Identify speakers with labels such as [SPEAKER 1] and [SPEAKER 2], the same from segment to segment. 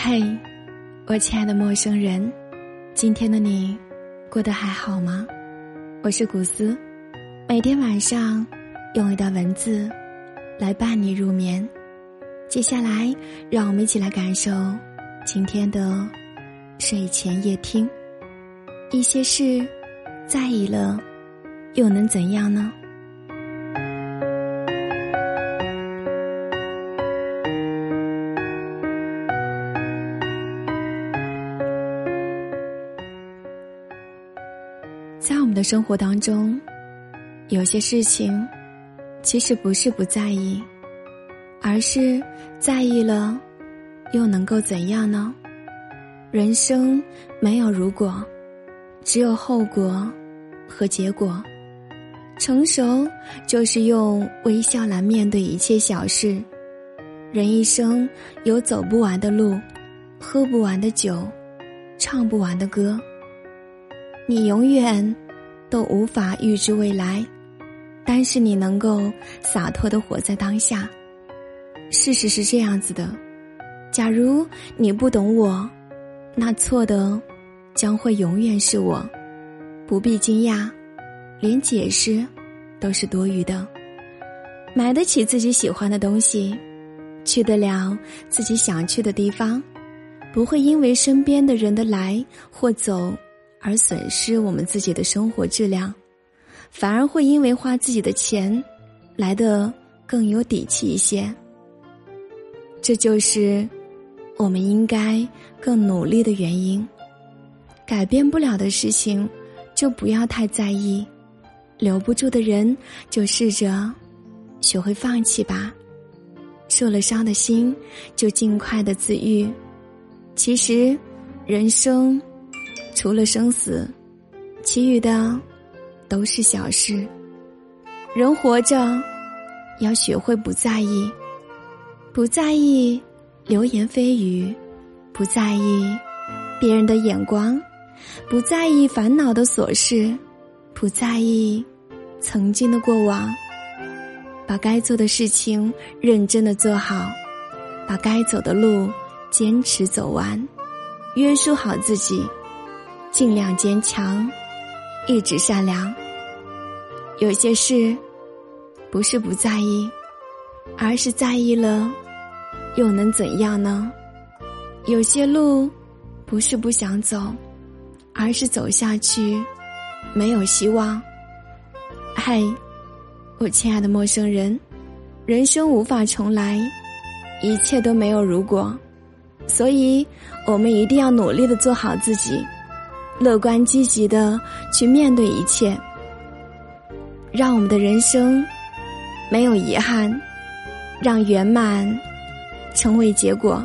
[SPEAKER 1] 嘿，我亲爱的陌生人，今天的你过得还好吗？我是古斯，每天晚上用一段文字来伴你入眠。接下来让我们一起来感受今天的睡前夜听。一些事在意了又能怎样呢？在我们的生活当中，有些事情其实不是不在意，而是在意了又能够怎样呢？人生没有如果，只有后果和结果。成熟就是用微笑来面对一切小事。人一生有走不完的路，喝不完的酒，唱不完的歌。你永远都无法预知未来，但是你能够洒脱地活在当下。事实是这样子的，假如你不懂我，那错的将会永远是我。不必惊讶，连解释都是多余的。买得起自己喜欢的东西，去得了自己想去的地方，不会因为身边的人的来或走而损失我们自己的生活质量，反而会因为花自己的钱来得更有底气一些。这就是我们应该更努力的原因。改变不了的事情就不要太在意，留不住的人就试着学会放弃吧。受了伤的心就尽快的自愈。其实人生除了生死，其余的都是小事。人活着要学会不在意，不在意流言蜚语，不在意别人的眼光，不在意烦恼的琐事，不在意曾经的过往。把该做的事情认真的做好，把该走的路坚持走完，约束好自己，尽量坚强，一直善良。有些事不是不在意，而是在意了又能怎样呢？有些路不是不想走，而是走下去没有希望。嘿，我亲爱的陌生人，人生无法重来，一切都没有如果，所以我们一定要努力地做好自己，乐观积极地去面对一切，让我们的人生没有遗憾，让圆满成为结果。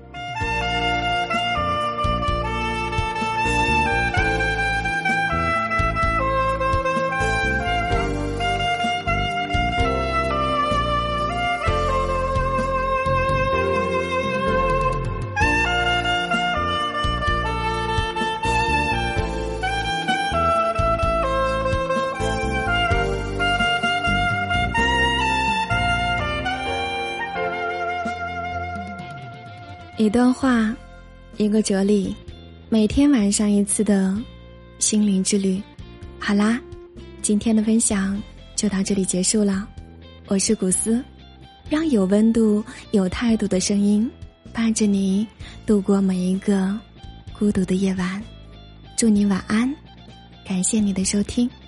[SPEAKER 1] 一段话，一个哲理，每天晚上一次的心灵之旅。好啦，今天的分享就到这里结束了。我是古斯，让有温度有态度的声音伴着你度过每一个孤独的夜晚。祝你晚安，感谢你的收听。